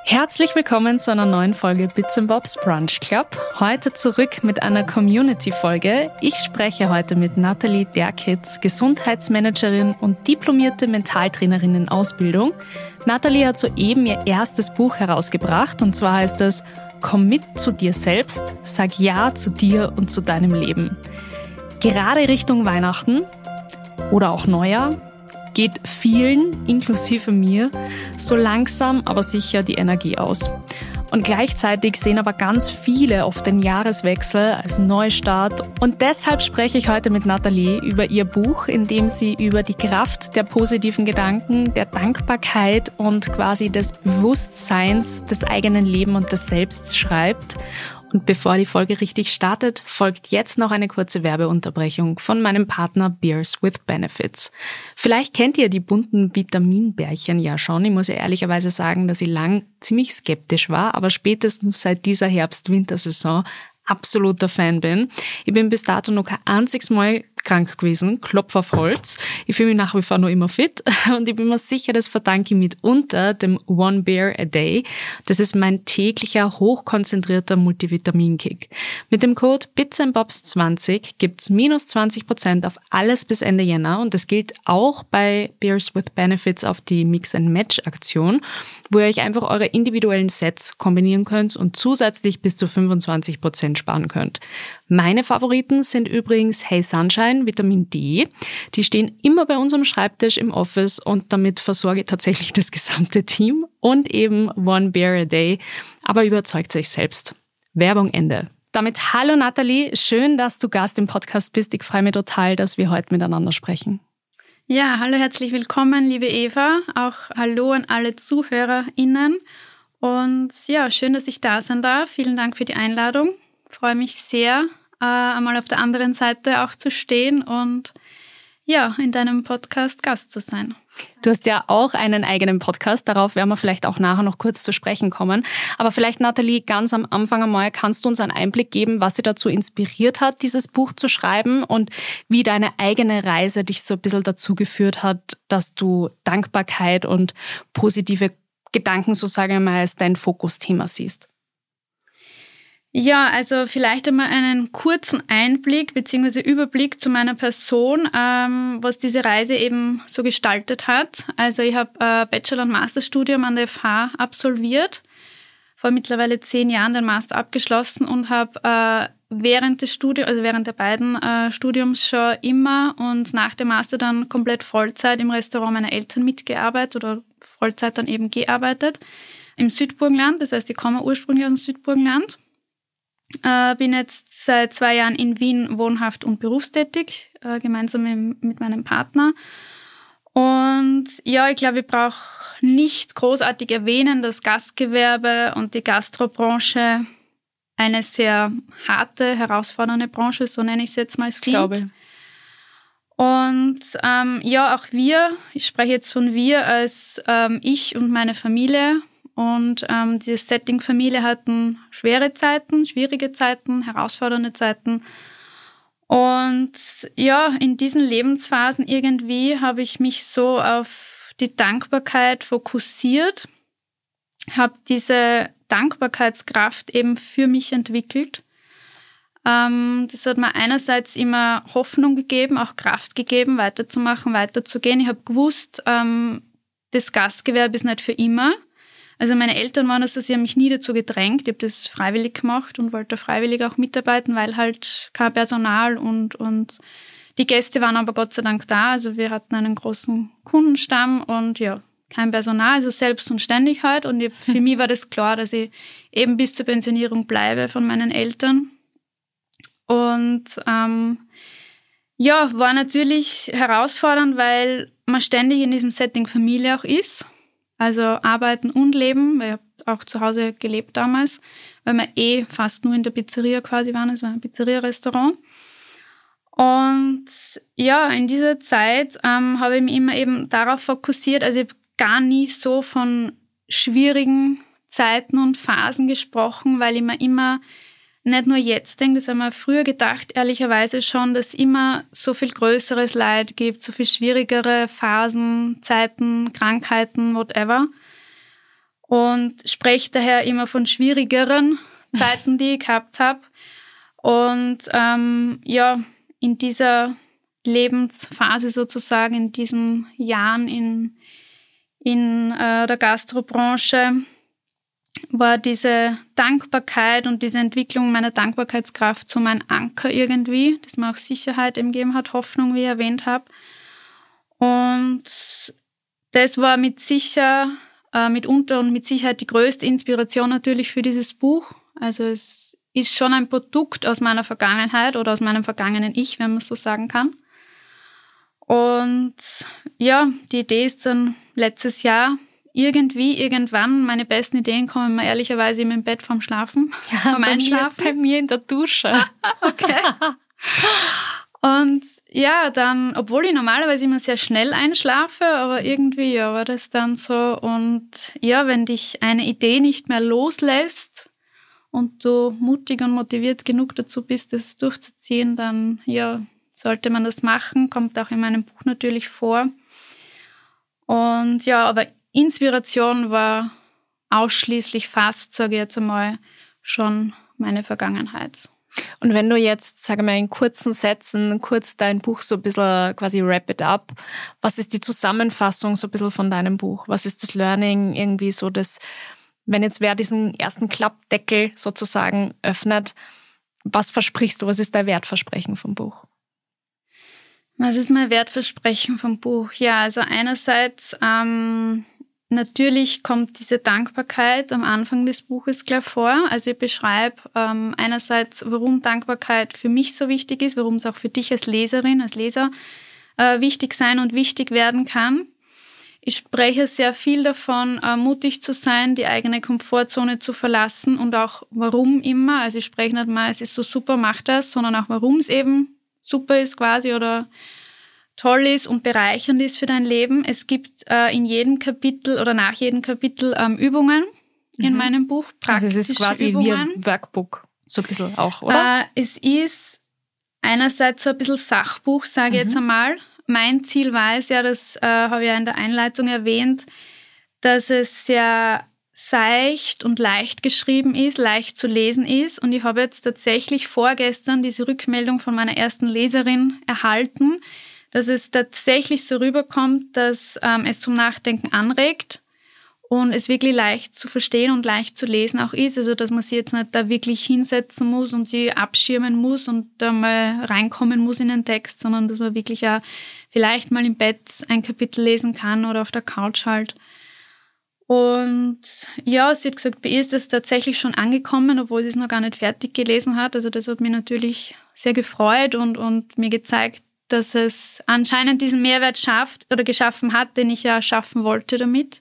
Herzlich willkommen zu einer neuen Folge Bits & Bobs Brunch Club. Heute zurück mit einer Community-Folge. Ich spreche heute mit Nathalie Derkitz, Gesundheitsmanagerin und diplomierte Mentaltrainerin in Ausbildung. Nathalie hat soeben ihr erstes Buch herausgebracht und zwar heißt es Komm mit zu dir selbst, sag Ja zu dir und zu deinem Leben. Gerade Richtung Weihnachten oder auch Neujahr geht vielen, inklusive mir, so langsam, aber sicher die Energie aus. Und gleichzeitig sehen aber ganz viele oft den Jahreswechsel als Neustart. Und deshalb spreche ich heute mit Nathalie über ihr Buch, in dem sie über die Kraft der positiven Gedanken, der Dankbarkeit und quasi des Bewusstseins des eigenen Lebens und des Selbst schreibt. Und bevor die Folge richtig startet, folgt jetzt noch eine kurze Werbeunterbrechung von meinem Partner Beers with Benefits. Vielleicht kennt ihr die bunten Vitaminbärchen ja schon. Ich muss ja ehrlicherweise sagen, dass ich lang ziemlich skeptisch war, aber spätestens seit dieser Herbst-Wintersaison absoluter Fan bin. Ich bin bis dato noch kein einziges Mal krank gewesen, Klopf auf Holz. Ich fühle mich nach wie vor noch immer fit und ich bin mir sicher, das verdanke ich mitunter dem One Bear a Day. Das ist mein täglicher, hochkonzentrierter Multivitaminkick. Mit dem Code BITSandBobs20 gibt's -20% auf alles bis Ende Jänner und das gilt auch bei Beers with Benefits auf die Mix-and-Match-Aktion, wo ihr euch einfach eure individuellen Sets kombinieren könnt und zusätzlich bis zu 25% sparen könnt. Meine Favoriten sind übrigens Hey Sunshine, Vitamin D. Die stehen immer bei uns am Schreibtisch im Office und damit versorge ich tatsächlich das gesamte Team und eben One Bear a Day. Aber überzeugt euch selbst. Werbung Ende. Damit hallo Nathalie, schön, dass du Gast im Podcast bist. Ich freue mich total, dass wir heute miteinander sprechen. Ja, hallo, herzlich willkommen, liebe Eva. Auch hallo an alle ZuhörerInnen. Und ja, schön, dass ich da sein darf. Vielen Dank für die Einladung. Ich freue mich sehr, einmal auf der anderen Seite auch zu stehen und ja, in deinem Podcast Gast zu sein. Du hast ja auch einen eigenen Podcast, darauf werden wir vielleicht auch nachher noch kurz zu sprechen kommen. Aber vielleicht, Nathalie, ganz am Anfang einmal, kannst du uns einen Einblick geben, was dich dazu inspiriert hat, dieses Buch zu schreiben und wie deine eigene Reise dich so ein bisschen dazu geführt hat, dass du Dankbarkeit und positive Gedanken, so sage ich mal, als dein Fokusthema siehst? Ja, also vielleicht einmal einen kurzen Einblick bzw. Überblick zu meiner Person, was diese Reise eben so gestaltet hat. Also ich habe Bachelor- und Masterstudium an der FH absolviert, vor mittlerweile 10 Jahren den Master abgeschlossen und habe während des Studiums, also während der beiden Studiums schon immer und nach dem Master dann komplett Vollzeit im Restaurant meiner Eltern mitgearbeitet oder Vollzeit dann eben gearbeitet im Südburgenland. Das heißt, ich komme ursprünglich aus dem Südburgenland. Bin jetzt seit 2 Jahren in Wien wohnhaft und berufstätig, gemeinsam mit meinem Partner. Und ja, ich glaube, ich brauche nicht großartig erwähnen, dass Gastgewerbe und die Gastrobranche eine sehr harte, herausfordernde Branche, so nenne ich es jetzt mal, sind. Ich glaube. Und ja, auch wir, ich spreche jetzt von wir als ich und meine Familie. Und dieses Setting Familie hatten schwere Zeiten, schwierige Zeiten, herausfordernde Zeiten. Und ja, in diesen Lebensphasen irgendwie habe ich mich so auf die Dankbarkeit fokussiert, habe diese Dankbarkeitskraft eben für mich entwickelt. Das hat mir einerseits immer Hoffnung gegeben, auch Kraft gegeben, weiterzumachen, weiterzugehen. Ich habe gewusst, das Gastgewerbe ist nicht für immer. Also meine Eltern waren also, sie haben mich nie dazu gedrängt. Ich habe das freiwillig gemacht und wollte freiwillig auch mitarbeiten, weil halt kein Personal und die Gäste waren aber Gott sei Dank da. Also wir hatten einen großen Kundenstamm und ja, kein Personal, also selbst und ständig halt. Und für mich war das klar, dass ich eben bis zur Pensionierung bleibe von meinen Eltern. Und ja, war natürlich herausfordernd, weil man ständig in diesem Setting Familie auch ist. Also arbeiten und leben, weil ich habe auch zu Hause gelebt damals, weil wir fast nur in der Pizzeria quasi waren, es war ein Pizzeria-Restaurant. Und ja, in dieser Zeit habe ich mich immer eben darauf fokussiert, also ich habe gar nie so von schwierigen Zeiten und Phasen gesprochen, weil ich mir immer nicht nur jetzt denke, das haben wir früher gedacht, ehrlicherweise schon, dass es immer so viel größeres Leid gibt, so viel schwierigere Phasen, Zeiten, Krankheiten, whatever. und spreche daher immer von schwierigeren Zeiten, die ich gehabt habe. Und in dieser Lebensphase sozusagen, in diesen Jahren in der Gastrobranche, war diese Dankbarkeit und diese Entwicklung meiner Dankbarkeitskraft so mein Anker irgendwie, das mir auch Sicherheit eben gegeben hat, Hoffnung, wie ich erwähnt habe. Und das war mitunter und mit Sicherheit die größte Inspiration natürlich für dieses Buch. Also es ist schon ein Produkt aus meiner Vergangenheit oder aus meinem vergangenen Ich, wenn man so sagen kann. Und ja, die Idee ist dann letztes Jahr irgendwann, meine besten Ideen kommen mir ehrlicherweise immer im Bett vorm Schlafen, vorm Einschlafen. Bei mir in der Dusche. Okay. Und ja, dann, obwohl ich normalerweise immer sehr schnell einschlafe, aber irgendwie war das dann so. Und ja, wenn dich eine Idee nicht mehr loslässt und du mutig und motiviert genug dazu bist, das durchzuziehen, dann sollte man das machen. Kommt auch in meinem Buch natürlich vor. Und ja, aber Inspiration war ausschließlich fast, sage ich jetzt einmal, schon meine Vergangenheit. Und wenn du jetzt, sage mal, in kurzen Sätzen kurz dein Buch so ein bisschen quasi wrap it up, was ist die Zusammenfassung so ein bisschen von deinem Buch? Was ist das Learning irgendwie so, dass, wenn jetzt wer diesen ersten Klappdeckel sozusagen öffnet, was versprichst du? Was ist dein Wertversprechen vom Buch? Was ist mein Wertversprechen vom Buch? Ja, also einerseits natürlich kommt diese Dankbarkeit am Anfang des Buches gleich vor. Also ich beschreibe einerseits, warum Dankbarkeit für mich so wichtig ist, warum es auch für dich als Leserin, als Leser wichtig sein und wichtig werden kann. Ich spreche sehr viel davon, mutig zu sein, die eigene Komfortzone zu verlassen und auch warum immer. Also ich spreche nicht mal, es ist so super, mach das, sondern auch warum es eben super ist quasi oder toll ist und bereichernd ist für dein Leben. Es gibt in jedem Kapitel oder nach jedem Kapitel Übungen in meinem Buch. Also es ist quasi Übungen. Wie ein Workbook, so ein bisschen auch, oder? Es ist einerseits so ein bisschen Sachbuch, sage ich jetzt einmal. Mein Ziel war es ja, das habe ich ja in der Einleitung erwähnt, dass es sehr seicht und leicht geschrieben ist, leicht zu lesen ist. Und ich habe jetzt tatsächlich vorgestern diese Rückmeldung von meiner ersten Leserin erhalten, dass es tatsächlich so rüberkommt, dass es zum Nachdenken anregt und es wirklich leicht zu verstehen und leicht zu lesen auch ist. Also dass man sich jetzt nicht da wirklich hinsetzen muss und sie abschirmen muss und da mal reinkommen muss in den Text, sondern dass man wirklich auch vielleicht mal im Bett ein Kapitel lesen kann oder auf der Couch halt. Und ja, sie hat gesagt, bei ihr ist das tatsächlich schon angekommen, obwohl sie es noch gar nicht fertig gelesen hat. Also das hat mich natürlich sehr gefreut und mir gezeigt, dass es anscheinend diesen Mehrwert schafft oder geschaffen hat, den ich ja schaffen wollte damit.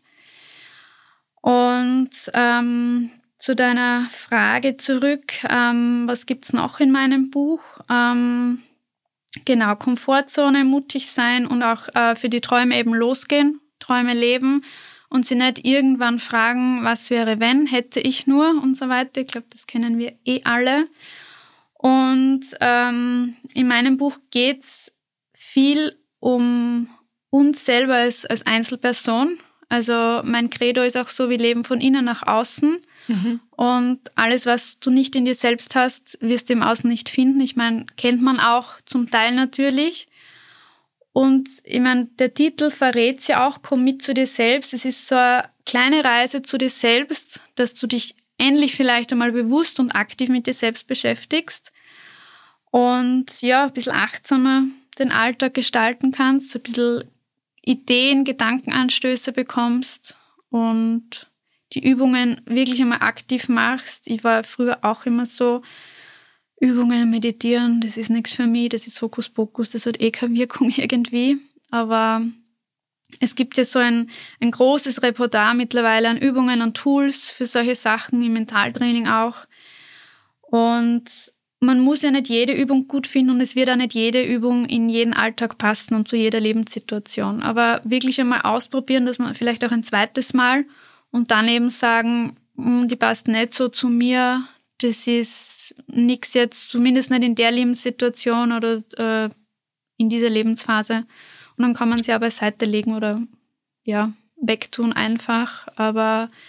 Und zu deiner Frage zurück, was gibt's noch in meinem Buch? Genau, Komfortzone, mutig sein und auch für die Träume eben losgehen, Träume leben und sie nicht irgendwann fragen, was wäre wenn, hätte ich nur und so weiter. Ich glaube, das kennen wir alle. Und in meinem Buch geht's viel um uns selber als Einzelperson. Also mein Credo ist auch so, wir leben von innen nach außen. Und alles, was du nicht in dir selbst hast, wirst du im Außen nicht finden. Ich meine, kennt man auch zum Teil natürlich. Und ich meine, der Titel verrät es ja auch, komm mit zu dir selbst. Es ist so eine kleine Reise zu dir selbst, dass du dich endlich vielleicht einmal bewusst und aktiv mit dir selbst beschäftigst. Und ja, ein bisschen achtsamer den Alltag gestalten kannst, so ein bisschen Ideen, Gedankenanstöße bekommst und die Übungen wirklich einmal aktiv machst. Ich war früher auch immer so, Übungen, meditieren, das ist nichts für mich, das ist Hokuspokus, das hat keine Wirkung irgendwie. Aber es gibt ja so ein großes Repertoire mittlerweile an Übungen, an Tools für solche Sachen, im Mentaltraining auch. Und man muss ja nicht jede Übung gut finden und es wird auch nicht jede Übung in jeden Alltag passen und zu jeder Lebenssituation. Aber wirklich einmal ausprobieren, dass man vielleicht auch ein zweites Mal und dann eben sagen, die passt nicht so zu mir, das ist nichts jetzt, zumindest nicht in der Lebenssituation oder in dieser Lebensphase. Und dann kann man sie auch beiseite legen oder ja, wegtun einfach. Aber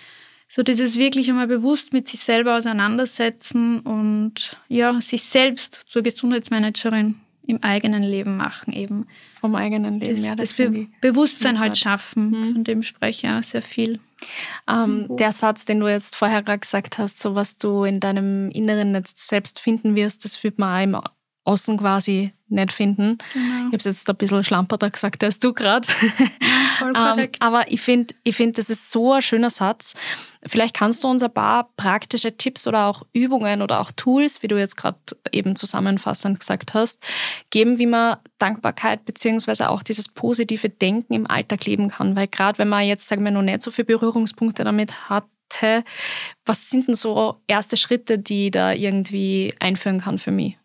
So dieses wirklich einmal bewusst mit sich selber auseinandersetzen und ja, sich selbst zur Gesundheitsmanagerin im eigenen Leben machen eben. Vom eigenen Leben, das Bewusstsein halt schaffen, von dem spreche ich auch sehr viel. Der Satz, den du jetzt vorher gerade gesagt hast, so was du in deinem Inneren jetzt selbst finden wirst, das wird man auch im Außen quasi nicht finden. Genau. Ich habe es jetzt ein bisschen schlamperter gesagt als du gerade. Ja, voll korrekt. Aber ich finde, das ist so ein schöner Satz. Vielleicht kannst du uns ein paar praktische Tipps oder auch Übungen oder auch Tools, wie du jetzt gerade eben zusammenfassend gesagt hast, geben, wie man Dankbarkeit beziehungsweise auch dieses positive Denken im Alltag leben kann. Weil gerade wenn man jetzt, sagen wir, noch nicht so viele Berührungspunkte damit hatte, was sind denn so erste Schritte, die ich da irgendwie einführen kann für mich?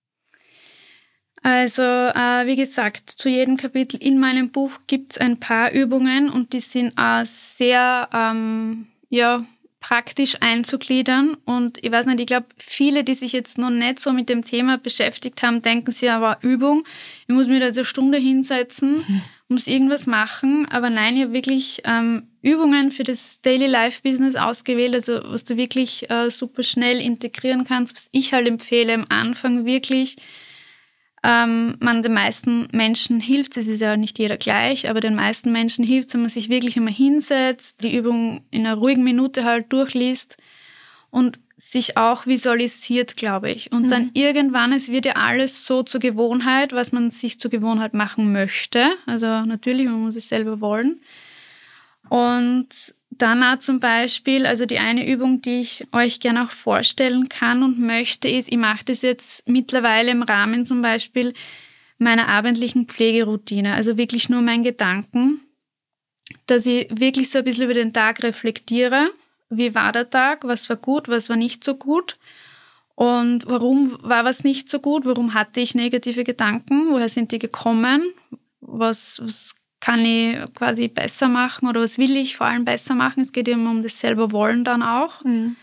Also, wie gesagt, zu jedem Kapitel in meinem Buch gibt es ein paar Übungen und die sind sehr praktisch einzugliedern. Und ich weiß nicht, ich glaube, viele, die sich jetzt noch nicht so mit dem Thema beschäftigt haben, denken sich, aber Übung, ich muss mir da jetzt eine Stunde hinsetzen, muss irgendwas machen. Aber nein, ich habe wirklich Übungen für das Daily Life Business ausgewählt, also was du wirklich super schnell integrieren kannst, was ich halt empfehle am Anfang wirklich, man den meisten Menschen hilft, es ist ja nicht jeder gleich, aber den meisten Menschen hilft, wenn man sich wirklich einmal hinsetzt, die Übung in einer ruhigen Minute halt durchliest und sich auch visualisiert, glaube ich. Und dann irgendwann, es wird ja alles so zur Gewohnheit, was man sich zur Gewohnheit machen möchte. Also natürlich, man muss es selber wollen. Und dann auch zum Beispiel, also die eine Übung, die ich euch gerne auch vorstellen kann und möchte, ist, ich mache das jetzt mittlerweile im Rahmen zum Beispiel meiner abendlichen Pflegeroutine, also wirklich nur meinen Gedanken, dass ich wirklich so ein bisschen über den Tag reflektiere. Wie war der Tag? Was war gut? Was war nicht so gut? Und warum war was nicht so gut? Warum hatte ich negative Gedanken? Woher sind die gekommen? Was kann ich quasi besser machen oder was will ich vor allem besser machen? Es geht immer um das selber Wollen dann auch.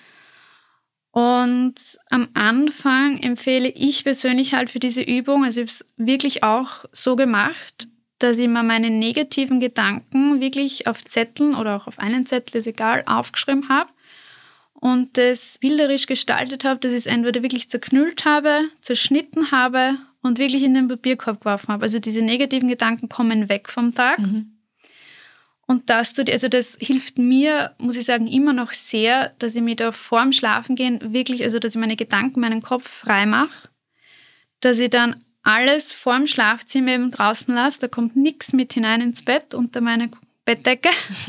Und am Anfang empfehle ich persönlich halt für diese Übung, also ich habe es wirklich auch so gemacht, dass ich mir meine negativen Gedanken wirklich auf Zetteln oder auch auf einen Zettel, ist egal, aufgeschrieben habe und das bilderisch gestaltet habe, dass ich es entweder wirklich zerknüllt habe, zerschnitten habe und wirklich in den Papierkorb geworfen habe. Also diese negativen Gedanken kommen weg vom Tag. Und das hilft mir, muss ich sagen, immer noch sehr, dass ich mich da vorm Schlafengehen wirklich, also dass ich meine Gedanken, meinen Kopf frei mache, dass ich dann alles vorm Schlafzimmer eben draußen lasse, da kommt nichts mit hinein ins Bett unter meine Bettdecke.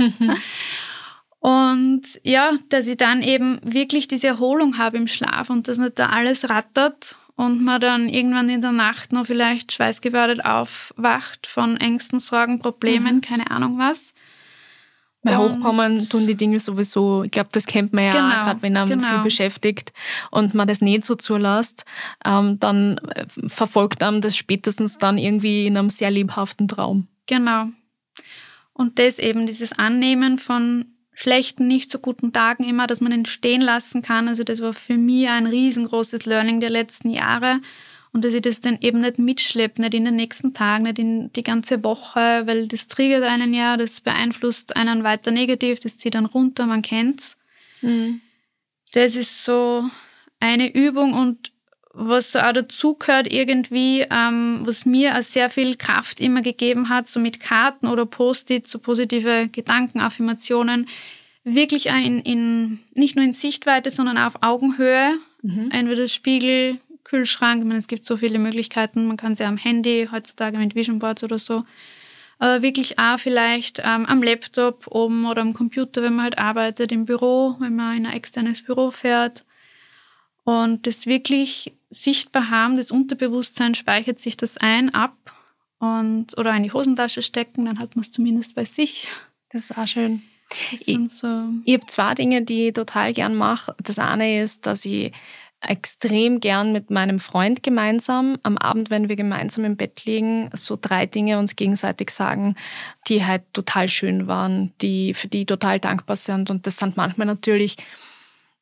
Und ja, dass ich dann eben wirklich diese Erholung habe im Schlaf und dass nicht da alles rattert und man dann irgendwann in der Nacht noch vielleicht schweißgebadet aufwacht von Ängsten, Sorgen, Problemen, keine Ahnung was. Weil hochkommen tun die Dinge sowieso, ich glaube, das kennt man ja auch, gerade wenn man viel beschäftigt und man das nicht so zulässt, dann verfolgt einem das spätestens dann irgendwie in einem sehr lebhaften Traum. Genau. Und das eben, dieses Annehmen von schlechten, nicht so guten Tagen immer, dass man ihn stehen lassen kann. Also das war für mich ein riesengroßes Learning der letzten Jahre. Und dass ich das dann eben nicht mitschleppe, nicht in den nächsten Tagen, nicht in die ganze Woche, weil das triggert einen ja, das beeinflusst einen weiter negativ, das zieht dann runter, man kennt's. Das ist so eine Übung und was so auch dazu gehört irgendwie, was mir auch sehr viel Kraft immer gegeben hat, so mit Karten oder Post-its, so positive Gedanken, Affirmationen, wirklich auch nicht nur in Sichtweite, sondern auch auf Augenhöhe, entweder Spiegel, Kühlschrank, ich meine, es gibt so viele Möglichkeiten, man kann sie am Handy, heutzutage mit Vision Boards oder so, aber wirklich auch vielleicht am Laptop oben oder am Computer, wenn man halt arbeitet, im Büro, wenn man in ein externes Büro fährt und das wirklich sichtbar haben, das Unterbewusstsein speichert sich das ab oder in die Hosentasche stecken, dann hat man es zumindest bei sich. Das ist auch schön. Ich habe 2 Dinge, die ich total gern mache. Das eine ist, dass ich extrem gern mit meinem Freund gemeinsam am Abend, wenn wir gemeinsam im Bett liegen, so 3 Dinge uns gegenseitig sagen, die halt total schön waren, für die total dankbar sind. Und das sind manchmal natürlich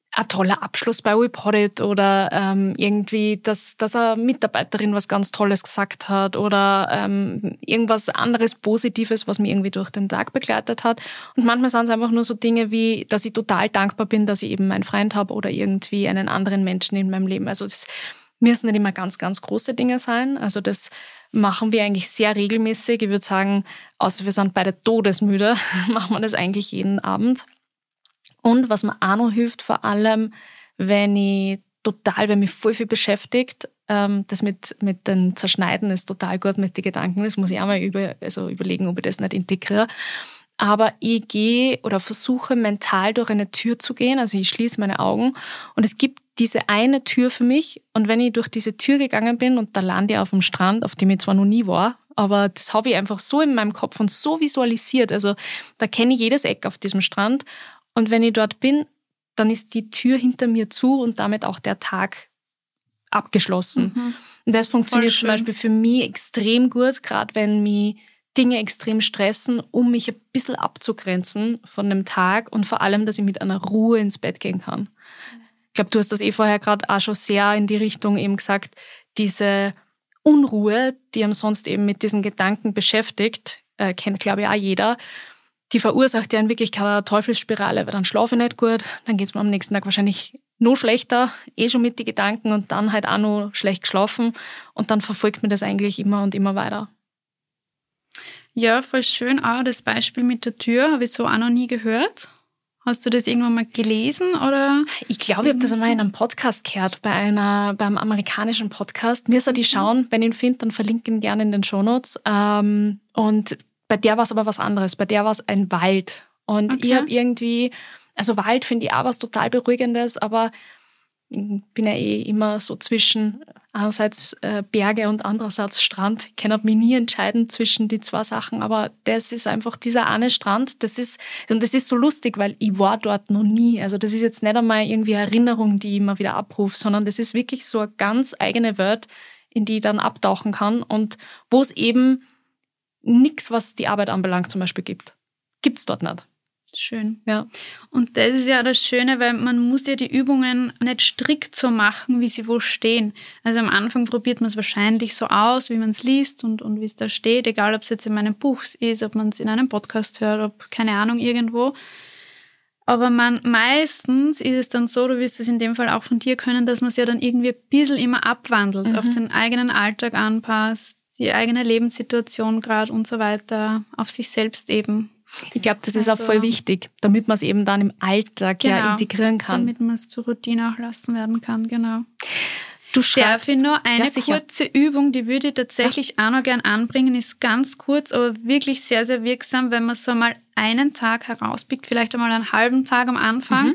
ein toller Abschluss bei WePoddit oder irgendwie, dass eine Mitarbeiterin was ganz Tolles gesagt hat oder irgendwas anderes Positives, was mich irgendwie durch den Tag begleitet hat. Und manchmal sind es einfach nur so Dinge wie, dass ich total dankbar bin, dass ich eben meinen Freund habe oder irgendwie einen anderen Menschen in meinem Leben. Also es müssen nicht immer ganz, ganz große Dinge sein. Also das machen wir eigentlich sehr regelmäßig. Ich würde sagen, außer wir sind beide todesmüde, machen wir das eigentlich jeden Abend. Und was mir auch noch hilft, vor allem, wenn mich voll viel beschäftigt, das mit den Zerschneiden ist total gut mit den Gedanken. Das muss ich auch mal überlegen, ob ich das nicht integriere. Aber ich gehe oder versuche mental durch eine Tür zu gehen. Also ich schließe meine Augen und es gibt diese eine Tür für mich. Und wenn ich durch diese Tür gegangen bin und da lande ich auf dem Strand, auf dem ich zwar noch nie war, aber das habe ich einfach so in meinem Kopf und so visualisiert. Also da kenne ich jedes Eck auf diesem Strand. Und wenn ich dort bin, dann ist die Tür hinter mir zu und damit auch der Tag abgeschlossen. Mhm. Und das funktioniert zum Beispiel für mich extrem gut, gerade wenn mich Dinge extrem stressen, um mich ein bisschen abzugrenzen von dem Tag und vor allem, dass ich mit einer Ruhe ins Bett gehen kann. Ich glaube, du hast das vorher gerade auch schon sehr in die Richtung eben gesagt, diese Unruhe, die einem sonst eben mit diesen Gedanken beschäftigt, kennt, glaube ich, auch jeder, die verursacht ja in Wirklichkeit eine Teufelsspirale, weil dann schlafe ich nicht gut, dann geht es mir am nächsten Tag wahrscheinlich noch schlechter, schon mit den Gedanken und dann halt auch noch schlecht geschlafen und dann verfolgt mir das eigentlich immer und immer weiter. Ja, voll schön. Auch das Beispiel mit der Tür habe ich so auch noch nie gehört. Hast du das irgendwann mal gelesen? Oder? Ich glaube, ich habe das einmal in einem Podcast gehört, beim amerikanischen Podcast. Müsst ihr schauen, wenn ich ihn finde, dann verlinke ich ihn gerne in den Shownotes. Und bei der war es aber was anderes. Bei der war es ein Wald. Und ich habe irgendwie, also Wald finde ich auch was total Beruhigendes, aber ich bin ja immer so zwischen einerseits Berge und andererseits Strand. Ich kann mich nie entscheiden zwischen die zwei Sachen, aber das ist einfach dieser eine Strand. Das ist so lustig, weil ich war dort noch nie. Also das ist jetzt nicht einmal irgendwie eine Erinnerung, die ich immer wieder abrufe, sondern das ist wirklich so eine ganz eigene Welt, in die ich dann abtauchen kann und wo es eben nichts, was die Arbeit anbelangt, zum Beispiel gibt. Gibt's dort nicht. Schön. Ja. Und das ist ja das Schöne, weil man muss ja die Übungen nicht strikt so machen, wie sie wo stehen. Also am Anfang probiert man es wahrscheinlich so aus, wie man es liest und wie es da steht, egal ob es jetzt in meinem Buch ist, ob man es in einem Podcast hört, ob, keine Ahnung, irgendwo. Aber meistens ist es dann so, du wirst es in dem Fall auch von dir können, dass man es ja dann irgendwie ein bisschen immer abwandelt, auf den eigenen Alltag anpasst, die eigene Lebenssituation gerade und so weiter, auf sich selbst eben. Ich glaube, das ist auch voll wichtig, damit man es eben dann im Alltag integrieren kann. Damit man es zur Routine auch lassen werden kann, genau. Du schreibst. Darf ich noch eine kurze Übung, die würde ich tatsächlich auch noch gern anbringen, ist ganz kurz, aber wirklich sehr, sehr wirksam, wenn man so mal einen Tag herauspickt, vielleicht einmal einen halben Tag am Anfang,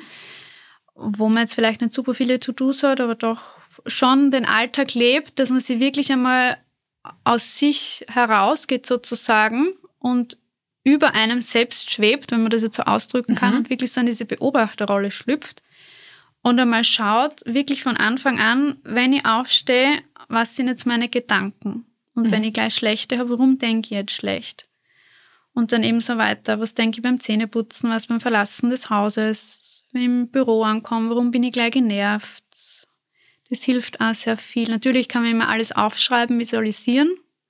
wo man jetzt vielleicht nicht super viele To-Dos hat, aber doch schon den Alltag lebt, dass man sie wirklich einmal aus sich herausgeht sozusagen und über einem selbst schwebt, wenn man das jetzt so ausdrücken kann, und wirklich so in diese Beobachterrolle schlüpft und einmal schaut, wirklich von Anfang an, wenn ich aufstehe, was sind jetzt meine Gedanken? Und wenn ich gleich schlechte habe, warum denke ich jetzt schlecht? Und dann eben so weiter, was denke ich beim Zähneputzen, was beim Verlassen des Hauses, im Büro ankommen, warum bin ich gleich genervt? Das hilft auch sehr viel. Natürlich kann man immer alles aufschreiben, visualisieren.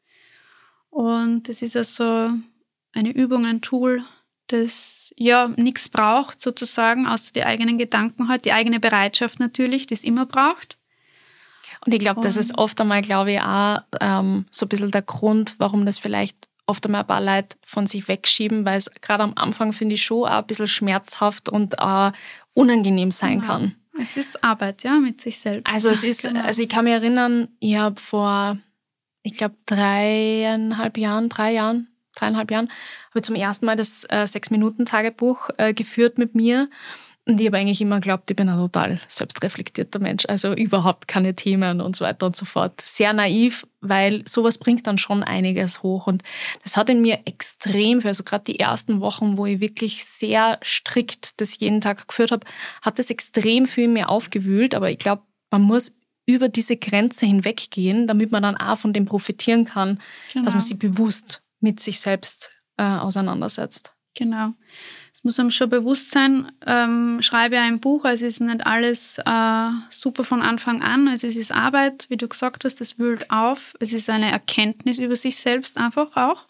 Und das ist also eine Übung, ein Tool, das ja nichts braucht sozusagen, außer die eigenen Gedanken halt, die eigene Bereitschaft natürlich, die es immer braucht. Und ich glaube, das ist oft einmal, glaube ich, auch so ein bisschen der Grund, warum das vielleicht oft einmal ein paar Leute von sich wegschieben, weil es gerade am Anfang, finde ich, schon auch ein bisschen schmerzhaft und unangenehm sein kann. Es ist Arbeit, ja, mit sich selbst. Also also ich kann mich erinnern, ich habe vor, ich glaube, 3,5 Jahren, habe ich zum ersten Mal das 6-Minuten-Tagebuch geführt mit mir. Und ich habe eigentlich immer geglaubt, ich bin ein total selbstreflektierter Mensch. Also überhaupt keine Themen und so weiter und so fort. Sehr naiv, weil sowas bringt dann schon einiges hoch. Und das hat in mir extrem, also gerade die ersten Wochen, wo ich wirklich sehr strikt das jeden Tag geführt habe, hat das extrem viel in mir aufgewühlt. Aber ich glaube, man muss über diese Grenze hinweggehen, damit man dann auch von dem profitieren kann, dass man sich bewusst mit sich selbst auseinandersetzt. Genau. Das muss einem schon bewusst sein, schreibe ein Buch, also es ist nicht alles super von Anfang an, also es ist Arbeit, wie du gesagt hast, das wühlt auf, es ist eine Erkenntnis über sich selbst einfach auch.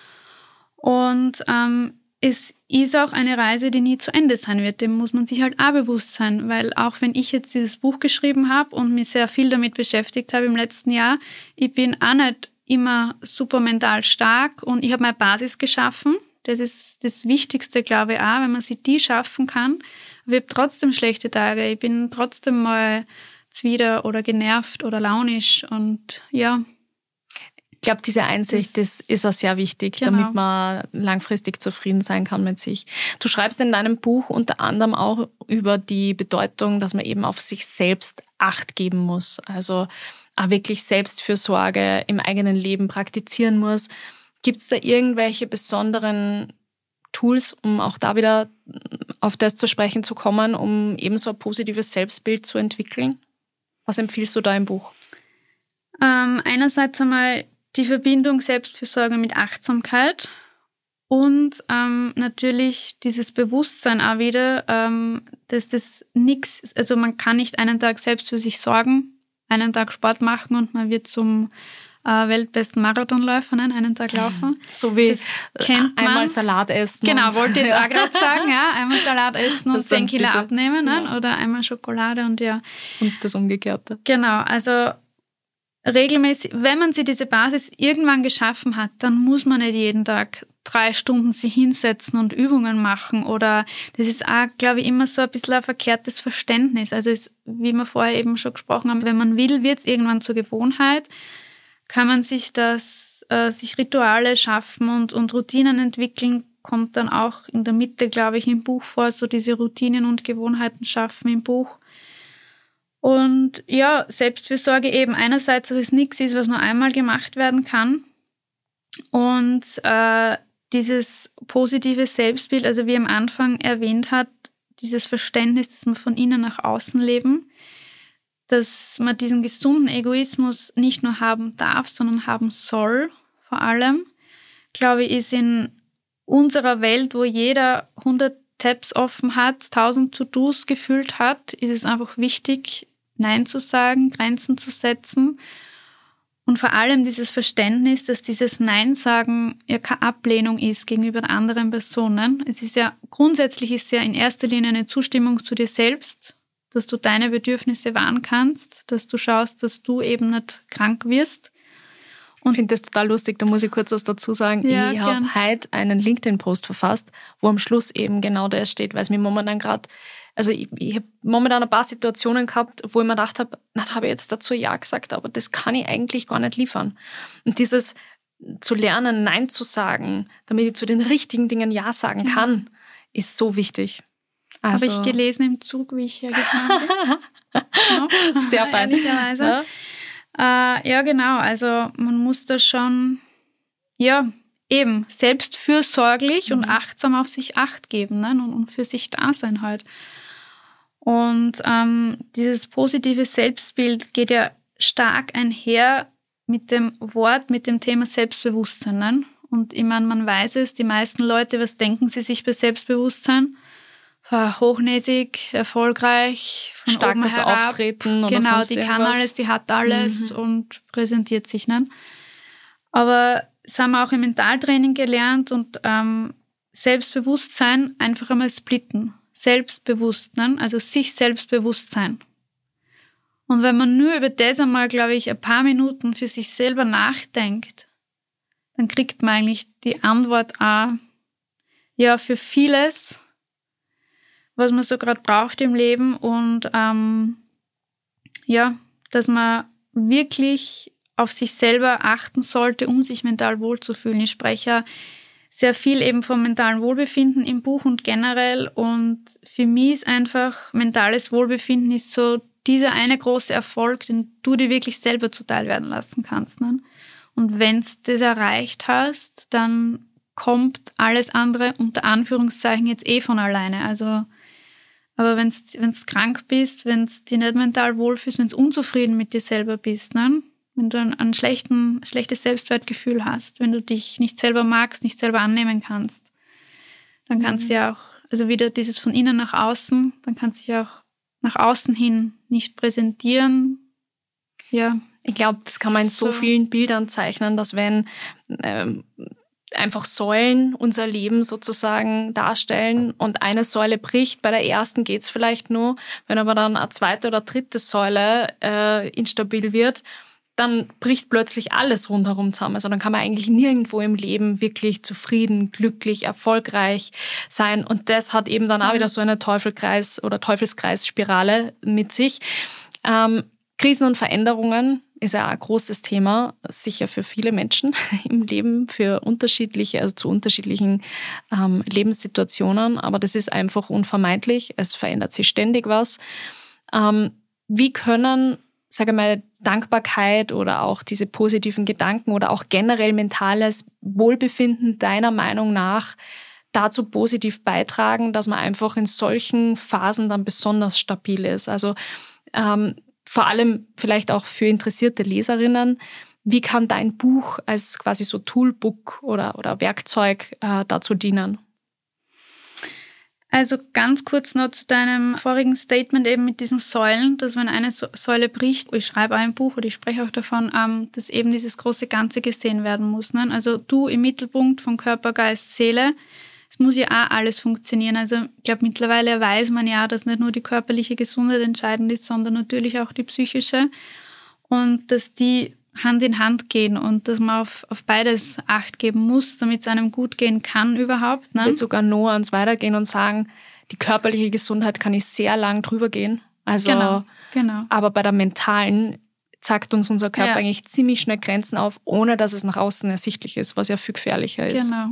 Und es ist auch eine Reise, die nie zu Ende sein wird, dem muss man sich halt auch bewusst sein, weil auch wenn ich jetzt dieses Buch geschrieben habe und mich sehr viel damit beschäftigt habe im letzten Jahr, ich bin auch nicht immer super mental stark und ich habe meine Basis geschaffen. Das ist das Wichtigste, glaube ich, auch, wenn man sich die schaffen kann. Aber ich habe trotzdem schlechte Tage. Ich bin trotzdem mal zwider oder genervt oder launisch. Und ja. Ich glaube, diese Einsicht ist auch sehr wichtig, genau, damit man langfristig zufrieden sein kann mit sich. Du schreibst in deinem Buch unter anderem auch über die Bedeutung, dass man eben auf sich selbst Acht geben muss. Also auch wirklich Selbstfürsorge im eigenen Leben praktizieren muss. Gibt es da irgendwelche besonderen Tools, um auch da wieder auf das zu sprechen zu kommen, um eben so ein positives Selbstbild zu entwickeln? Was empfiehlst du da im Buch? Einerseits einmal die Verbindung Selbstfürsorge mit Achtsamkeit und natürlich dieses Bewusstsein auch wieder, dass das nichts, also man kann nicht einen Tag selbst für sich sorgen, einen Tag Sport machen und man wird zum weltbesten Marathonläufer, einen Tag laufen. So wie einmal Salat essen. Genau, wollte ich jetzt auch gerade sagen, ja, einmal Salat essen und 10 Kilo abnehmen, ja, oder einmal Schokolade und ja. Und das Umgekehrte. Genau, also regelmäßig, wenn man sich diese Basis irgendwann geschaffen hat, dann muss man nicht jeden Tag 3 Stunden sich hinsetzen und Übungen machen oder das ist auch, glaube ich, immer so ein bisschen ein verkehrtes Verständnis. Also wie wir vorher eben schon gesprochen haben, wenn man will, wird es irgendwann zur Gewohnheit. Kann man sich sich Rituale schaffen und Routinen entwickeln, kommt dann auch in der Mitte, glaube ich, im Buch vor, so diese Routinen und Gewohnheiten schaffen im Buch. Und ja, Selbstfürsorge eben einerseits, dass es nichts ist, was nur einmal gemacht werden kann und dieses positive Selbstbild, also wie am Anfang erwähnt hat, dieses Verständnis, dass wir von innen nach außen leben, dass man diesen gesunden Egoismus nicht nur haben darf, sondern haben soll, vor allem, glaube ich, ist in unserer Welt, wo jeder 100 Tabs offen hat, 1000 To-Dos gefühlt hat, ist es einfach wichtig, Nein zu sagen, Grenzen zu setzen und vor allem dieses Verständnis, dass dieses Nein-Sagen ja keine Ablehnung ist gegenüber anderen Personen. Es ist ja, grundsätzlich ist es ja in erster Linie eine Zustimmung zu dir selbst, dass du deine Bedürfnisse wahren kannst, dass du schaust, dass du eben nicht krank wirst. Und ich finde das total lustig, da muss ich kurz was dazu sagen. Ja, ich habe heute einen LinkedIn-Post verfasst, wo am Schluss eben genau das steht, weil es mir momentan gerade, also ich habe momentan ein paar Situationen gehabt, wo ich mir gedacht habe, na, da habe ich jetzt dazu Ja gesagt, aber das kann ich eigentlich gar nicht liefern. Und dieses zu lernen, Nein zu sagen, damit ich zu den richtigen Dingen Ja sagen kann, ist so wichtig. Also, habe ich gelesen im Zug, wie ich hergefahren bin. Ja, sehr fein. Ehrlicherweise. Ja, genau. Also man muss da schon, ja, eben selbstfürsorglich und achtsam auf sich Acht geben, ne? Und für sich da sein halt. Und dieses positive Selbstbild geht ja stark einher mit dem Wort, mit dem Thema Selbstbewusstsein. Ne? Und ich meine, man weiß es, die meisten Leute, was denken sie sich bei Selbstbewusstsein? Hochnäsig, erfolgreich, von starkes oben herab. Auftreten oder genau, sonst die irgendwas. kann alles, die hat alles und präsentiert sich. Ne? Aber das haben wir auch im Mentaltraining gelernt und Selbstbewusstsein einfach einmal splitten. Selbstbewusst, ne? Also sich selbstbewusst sein. Und wenn man nur über das einmal, glaube ich, ein paar Minuten für sich selber nachdenkt, dann kriegt man eigentlich die Antwort auch, ja, für vieles, was man so gerade braucht im Leben und ja, dass man wirklich auf sich selber achten sollte, um sich mental wohlzufühlen. Ich spreche ja sehr viel eben vom mentalen Wohlbefinden im Buch und generell und für mich ist einfach mentales Wohlbefinden ist so dieser eine große Erfolg, den du dir wirklich selber zuteil werden lassen kannst. Ne? Und wenn du das erreicht hast, dann kommt alles andere unter Anführungszeichen jetzt von alleine. Also, aber wenn du krank bist, wenn du dich nicht mental wohlfühlst, wenn du unzufrieden mit dir selber bist, ne? Wenn du ein schlechtes Selbstwertgefühl hast, wenn du dich nicht selber magst, nicht selber annehmen kannst, dann kannst du ja auch also wieder dieses von innen nach außen, dann kann sich auch nach außen hin nicht präsentieren. Ja. Ich glaube, das kann man in so vielen Bildern zeichnen, dass wenn einfach Säulen unser Leben sozusagen darstellen und eine Säule bricht, bei der ersten geht's vielleicht nur, wenn aber dann eine zweite oder dritte Säule instabil wird, dann bricht plötzlich alles rundherum zusammen. Also dann kann man eigentlich nirgendwo im Leben wirklich zufrieden, glücklich, erfolgreich sein. Und das hat eben dann auch wieder so eine Teufelskreisspirale mit sich. Krisen und Veränderungen ist ja ein großes Thema, sicher für viele Menschen im Leben, für unterschiedliche, also zu unterschiedlichen Lebenssituationen. Aber das ist einfach unvermeidlich. Es verändert sich ständig was. Wie können, sage ich mal, Dankbarkeit oder auch diese positiven Gedanken oder auch generell mentales Wohlbefinden deiner Meinung nach dazu positiv beitragen, dass man einfach in solchen Phasen dann besonders stabil ist? Also vor allem vielleicht auch für interessierte Leserinnen, wie kann dein Buch als quasi so Toolbook oder Werkzeug dazu dienen? Also ganz kurz noch zu deinem vorigen Statement eben mit diesen Säulen, dass wenn eine Säule bricht, ich schreibe ein Buch oder ich spreche auch davon, dass eben dieses große Ganze gesehen werden muss. Ne? Also du im Mittelpunkt von Körper, Geist, Seele, es muss ja auch alles funktionieren. Also ich glaube, mittlerweile weiß man ja, dass nicht nur die körperliche Gesundheit entscheidend ist, sondern natürlich auch die psychische und dass die Hand in Hand gehen und dass man auf beides Acht geben muss, damit es einem gut gehen kann überhaupt. Ne? Ich will sogar noch ans Weitergehen und sagen, die körperliche Gesundheit kann ich sehr lang drüber gehen. Also, genau. Aber bei der mentalen zeigt uns unser Körper eigentlich ziemlich schnell Grenzen auf, ohne dass es nach außen ersichtlich ist, was ja viel gefährlicher ist. Genau.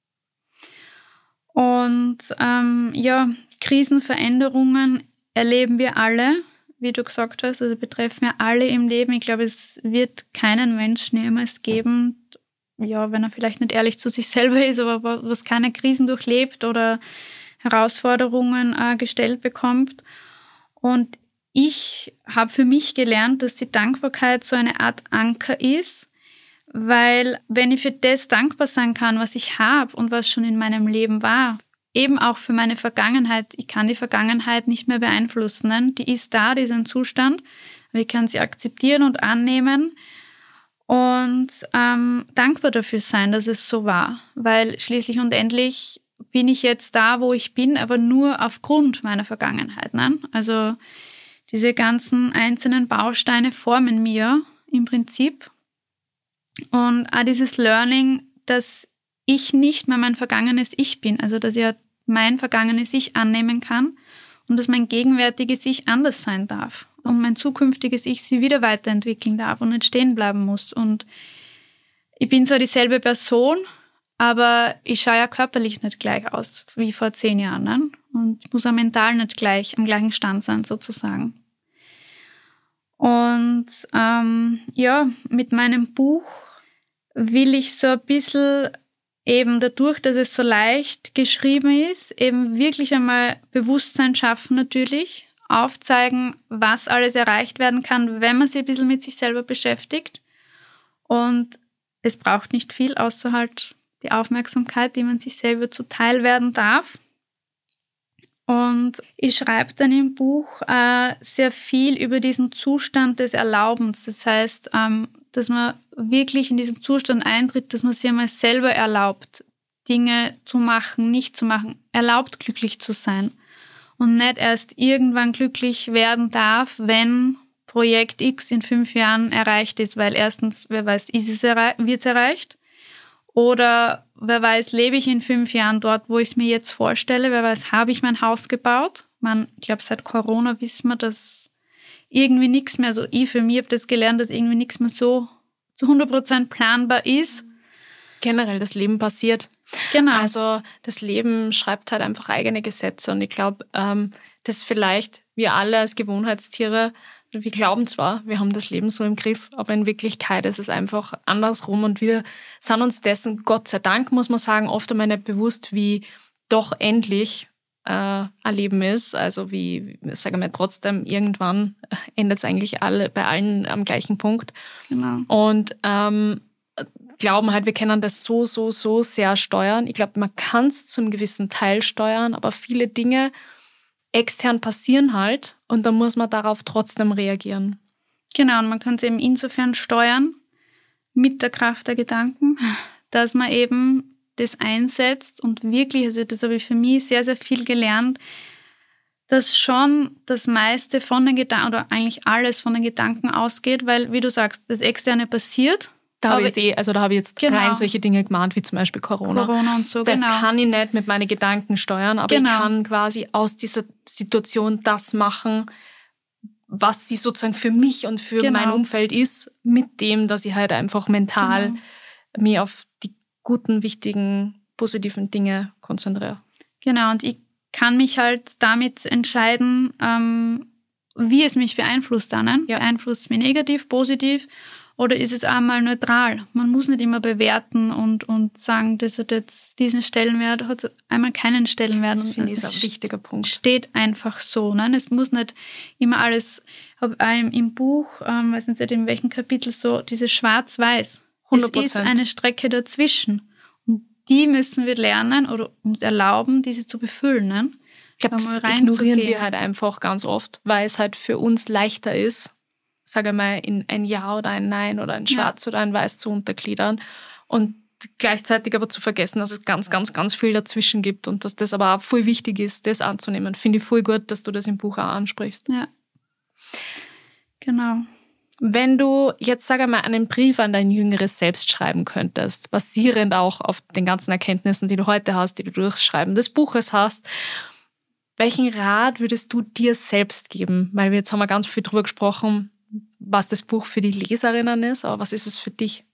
Und Krisenveränderungen erleben wir alle, wie du gesagt hast, also betreffen wir alle im Leben. Ich glaube, es wird keinen Menschen jemals geben, ja, wenn er vielleicht nicht ehrlich zu sich selber ist, aber was keine Krisen durchlebt oder Herausforderungen gestellt bekommt. Und ich habe für mich gelernt, dass die Dankbarkeit so eine Art Anker ist, weil wenn ich für das dankbar sein kann, was ich habe und was schon in meinem Leben war, eben auch für meine Vergangenheit. Ich kann die Vergangenheit nicht mehr beeinflussen. Ne? Die ist da, die ist ein Zustand. Aber ich kann sie akzeptieren und annehmen und dankbar dafür sein, dass es so war. Weil schließlich und endlich bin ich jetzt da, wo ich bin, aber nur aufgrund meiner Vergangenheit. Ne? Also diese ganzen einzelnen Bausteine formen mir im Prinzip. Und auch dieses Learning, dass ich nicht mehr mein vergangenes Ich bin, also dass ich mein vergangenes Ich annehmen kann und dass mein gegenwärtiges Ich anders sein darf und mein zukünftiges Ich sich wieder weiterentwickeln darf und nicht stehen bleiben muss. Und ich bin zwar dieselbe Person, aber ich schaue ja körperlich nicht gleich aus wie vor 10 Jahren. Ne? Und ich muss auch mental nicht gleich am gleichen Stand sein, sozusagen. Und mit meinem Buch will ich so ein bisschen eben dadurch, dass es so leicht geschrieben ist, eben wirklich einmal Bewusstsein schaffen natürlich, aufzeigen, was alles erreicht werden kann, wenn man sich ein bisschen mit sich selber beschäftigt. Und es braucht nicht viel, außer halt die Aufmerksamkeit, die man sich selber zuteil werden darf. Und ich schreibe dann im Buch sehr viel über diesen Zustand des Erlaubens. Das heißt, dass man wirklich in diesen Zustand eintritt, dass man sich einmal selber erlaubt, Dinge zu machen, nicht zu machen, erlaubt, glücklich zu sein und nicht erst irgendwann glücklich werden darf, wenn Projekt X in 5 Jahren erreicht ist, weil erstens, wer weiß, wird es erreicht oder wer weiß, lebe ich in 5 Jahren dort, wo ich es mir jetzt vorstelle, wer weiß, habe ich mein Haus gebaut. Ich glaube, seit Corona wissen wir, dass irgendwie nichts mehr, also ich für mich habe das gelernt, dass irgendwie nichts mehr so zu 100% planbar ist. Generell das Leben passiert. Genau. Also das Leben schreibt halt einfach eigene Gesetze und ich glaube, dass vielleicht wir alle als Gewohnheitstiere, wir glauben zwar, wir haben das Leben so im Griff, aber in Wirklichkeit ist es einfach andersrum und wir sind uns dessen, Gott sei Dank, muss man sagen, oft einmal nicht bewusst, wie doch endlich ein Leben ist. Also wie, sagen wir trotzdem, irgendwann endet es eigentlich bei allen am gleichen Punkt. Genau. Und glauben halt, wir können das so sehr steuern. Ich glaube, man kann es zu einem gewissen Teil steuern, aber viele Dinge extern passieren halt und dann muss man darauf trotzdem reagieren. Genau, und man kann es eben insofern steuern mit der Kraft der Gedanken, dass man eben das einsetzt und wirklich, also das habe ich für mich sehr, sehr viel gelernt, dass schon das meiste von den Gedanken oder eigentlich alles von den Gedanken ausgeht, weil, wie du sagst, das Externe passiert. Da habe ich jetzt genau. rein solche Dinge gemahnt, wie zum Beispiel Corona und so, das genau. kann ich nicht mit meinen Gedanken steuern, aber Genau. ich kann quasi aus dieser Situation das machen, was sie sozusagen für mich und für mein Umfeld ist, mit dem, dass ich halt einfach mental mich auf die guten, wichtigen, positiven Dinge konzentriere. Genau, und ich kann mich halt damit entscheiden, wie es mich beeinflusst dann. Ja. Beeinflusst es mich negativ, positiv oder ist es einmal neutral? Man muss nicht immer bewerten und sagen, das hat jetzt diesen Stellenwert, hat einmal keinen Stellenwert. Das finde ich ist ein wichtiger Punkt. Steht einfach so. Ne? Es muss nicht immer alles, habe im Buch, weiß nicht in welchem Kapitel, so dieses Schwarz-Weiß. 100%. Es ist eine Strecke dazwischen. Und die müssen wir lernen oder uns erlauben, diese zu befüllen. Ne? Ich glaube, das ignorieren wir halt einfach ganz oft, weil es halt für uns leichter ist, sage mal, in ein Ja oder ein Nein oder ein Schwarz oder ein Weiß zu untergliedern und gleichzeitig aber zu vergessen, dass es ganz, ganz, ganz viel dazwischen gibt und dass das aber auch voll wichtig ist, das anzunehmen. Finde ich voll gut, dass du das im Buch auch ansprichst. Ja, genau. Wenn du jetzt, sage mal, einen Brief an dein jüngeres Selbst schreiben könntest, basierend auch auf den ganzen Erkenntnissen, die du heute hast, die du durchs Schreiben des Buches hast, welchen Rat würdest du dir selbst geben? Weil jetzt haben wir ganz viel drüber gesprochen, was das Buch für die Leserinnen ist, aber was ist es für dich?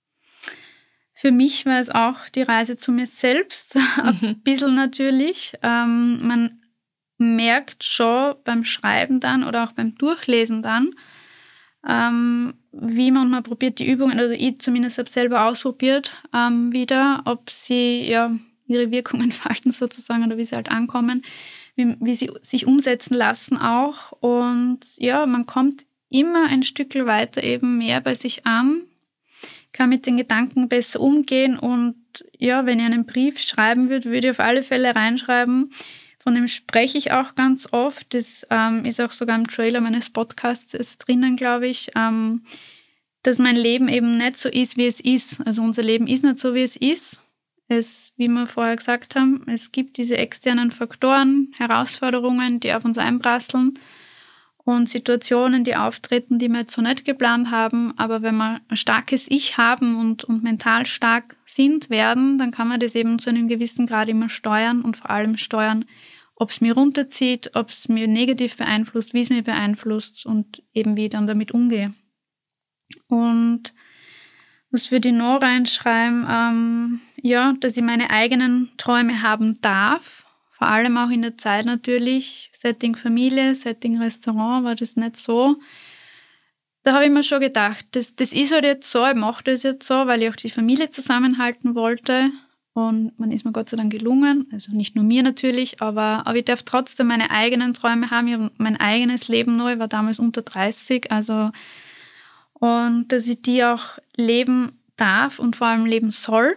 Für mich war es auch die Reise zu mir selbst, ein bisschen natürlich. Man merkt schon beim Schreiben dann oder auch beim Durchlesen dann, wie man probiert die Übungen, also ich zumindest habe selber ausprobiert wieder, ob sie ihre Wirkung entfalten sozusagen oder wie sie halt ankommen, wie sie sich umsetzen lassen auch. Und ja, man kommt immer ein Stück weiter eben mehr bei sich an, kann mit den Gedanken besser umgehen und ja, wenn ich einen Brief schreiben würde ich auf alle Fälle reinschreiben, von dem spreche ich auch ganz oft, das ist auch sogar im Trailer meines Podcasts ist drinnen, glaube ich, dass mein Leben eben nicht so ist, wie es ist. Also unser Leben ist nicht so, wie es ist. Wie wir vorher gesagt haben, es gibt diese externen Faktoren, Herausforderungen, die auf uns einprasseln und Situationen, die auftreten, die wir jetzt so nicht geplant haben. Aber wenn wir ein starkes Ich haben und mental stark werden, dann kann man das eben zu einem gewissen Grad immer steuern und vor allem steuern, ob es mir runterzieht, ob es mir negativ beeinflusst, wie es mir beeinflusst und eben wie ich dann damit umgehe. Und was würde ich noch reinschreiben? Dass ich meine eigenen Träume haben darf, vor allem auch in der Zeit natürlich, Setting Familie, Setting Restaurant, war das nicht so. Da habe ich mir schon gedacht, das ist halt jetzt so, ich mache das jetzt so, weil ich auch die Familie zusammenhalten wollte und man ist mir Gott sei Dank gelungen, also nicht nur mir natürlich, aber ich darf trotzdem meine eigenen Träume haben, ich habe mein eigenes Leben noch, ich war damals unter 30, also und dass ich die auch leben darf und vor allem leben soll.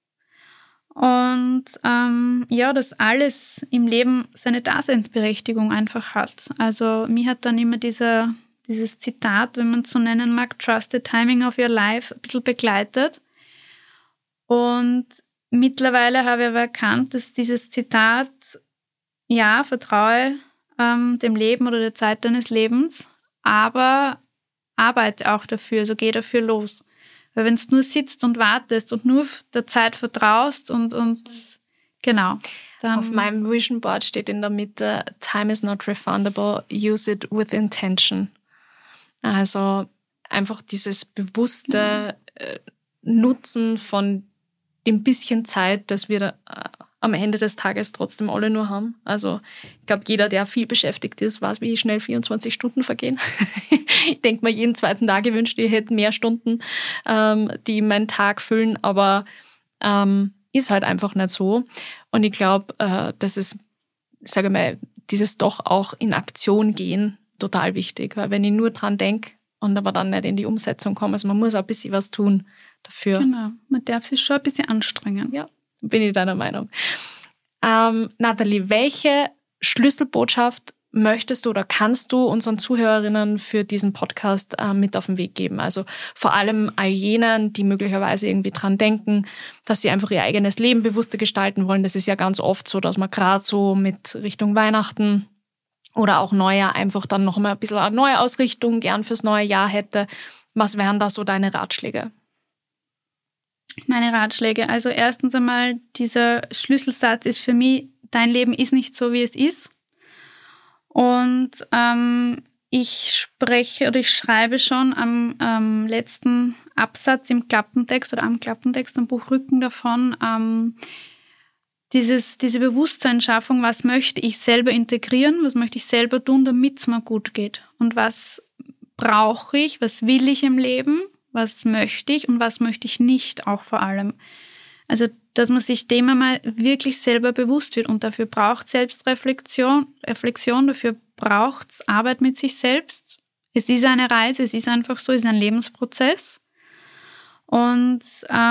Und dass alles im Leben seine Daseinsberechtigung einfach hat. Also mich hat dann immer dieses Zitat, wenn man es so nennen mag, Trust the timing of your life, ein bisschen begleitet. Und mittlerweile habe ich aber erkannt, dass dieses Zitat, vertraue dem Leben oder der Zeit deines Lebens, aber arbeite auch dafür, also geh dafür los. Weil wenn du nur sitzt und wartest und nur der Zeit vertraust und genau. Dann auf meinem Vision Board steht in der Mitte, Time is not refundable, use it with intention. Also einfach dieses bewusste Nutzen von dem bisschen Zeit, das wir am Ende des Tages trotzdem alle nur haben. Also ich glaube, jeder, der viel beschäftigt ist, weiß, wie schnell 24 Stunden vergehen. Ich denke mir jeden zweiten Tag gewünscht, ich hätte mehr Stunden, die meinen Tag füllen, aber ist halt einfach nicht so. Und ich glaube, das ist, sage mal, dieses doch auch in Aktion gehen total wichtig. Weil wenn ich nur dran denke und aber dann nicht in die Umsetzung komme, also man muss auch ein bisschen was tun, dafür. Genau, man darf sich schon ein bisschen anstrengen. Ja, bin ich deiner Meinung. Nathalie, welche Schlüsselbotschaft möchtest du oder kannst du unseren Zuhörerinnen für diesen Podcast mit auf den Weg geben? Also vor allem all jenen, die möglicherweise irgendwie dran denken, dass sie einfach ihr eigenes Leben bewusster gestalten wollen. Das ist ja ganz oft so, dass man gerade so mit Richtung Weihnachten oder auch Neujahr einfach dann noch mal ein bisschen eine neue Ausrichtung gern fürs neue Jahr hätte. Was wären da so deine Ratschläge? Meine Ratschläge. Also erstens einmal, dieser Schlüsselsatz ist für mich, dein Leben ist nicht so, wie es ist. Und ich schreibe schon am letzten Absatz im Klappentext oder am Klappentext, am Buchrücken davon, diese Bewusstseinsschaffung, was möchte ich selber integrieren, was möchte ich selber tun, damit es mir gut geht. Und was brauche ich, was will ich im Leben, was möchte ich und was möchte ich nicht auch vor allem. Also, dass man sich dem einmal wirklich selber bewusst wird. Und dafür braucht es Selbstreflexion, dafür braucht es Arbeit mit sich selbst. Es ist eine Reise, es ist einfach so, es ist ein Lebensprozess. Und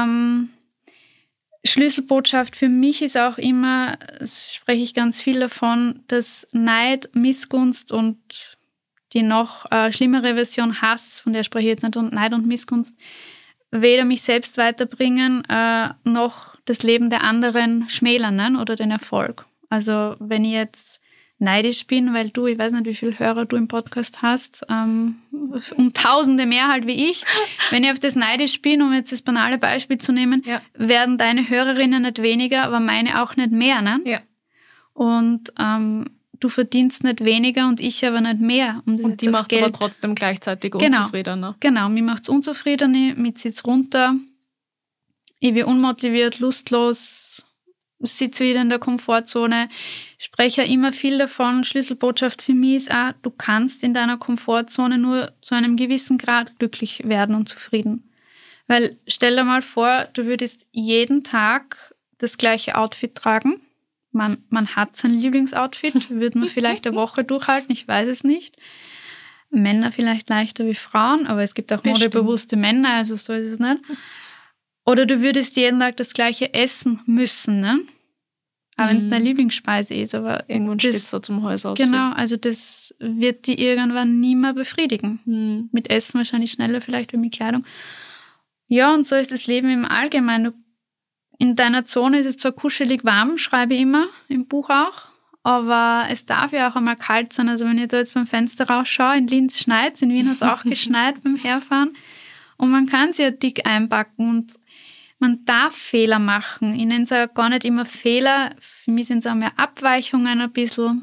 Schlüsselbotschaft für mich ist auch immer, spreche ich ganz viel davon, dass Neid, Missgunst und die noch schlimmere Version Hass, von der spreche ich jetzt nicht, und Neid und Missgunst, weder mich selbst weiterbringen, noch das Leben der anderen schmälern, ne? Oder den Erfolg. Also wenn ich jetzt neidisch bin, weil ich weiß nicht, wie viele Hörer du im Podcast hast, um Tausende mehr halt wie ich. Wenn ich auf das neidisch bin, um jetzt das banale Beispiel zu nehmen, werden deine Hörerinnen nicht weniger, aber meine auch nicht mehr. Ne? Ja. Und du verdienst nicht weniger und ich aber nicht mehr. Und die macht es aber trotzdem gleichzeitig unzufrieden. Ne? Genau, mich macht es unzufrieden, mich zieht es runter. Ich bin unmotiviert, lustlos, sitze wieder in der Komfortzone. Ich spreche ja immer viel davon. Schlüsselbotschaft für mich ist auch, du kannst in deiner Komfortzone nur zu einem gewissen Grad glücklich werden und zufrieden. Weil stell dir mal vor, du würdest jeden Tag das gleiche Outfit tragen. Man hat sein Lieblingsoutfit, würde man vielleicht eine Woche durchhalten, ich weiß es nicht. Männer vielleicht leichter wie Frauen, aber es gibt auch modebewusste Männer, also so ist es nicht. Oder du würdest jeden Tag das Gleiche essen müssen, ne? Auch wenn es deine Lieblingsspeise ist. Aber irgendwann steht es so zum Hals aus. Genau, also das wird die irgendwann nie mehr befriedigen. Mit Essen wahrscheinlich schneller, vielleicht wie mit Kleidung. Ja, und so ist das Leben im Allgemeinen. In deiner Zone ist es zwar kuschelig warm, schreibe ich immer, im Buch auch, aber es darf ja auch einmal kalt sein. Also wenn ich da jetzt beim Fenster rausschaue, in Linz schneit es, in Wien hat es auch geschneit beim Herfahren. Und man kann sie ja dick einpacken und man darf Fehler machen. Ich nenne es ja gar nicht immer Fehler, für mich sind es auch mehr Abweichungen ein bisschen.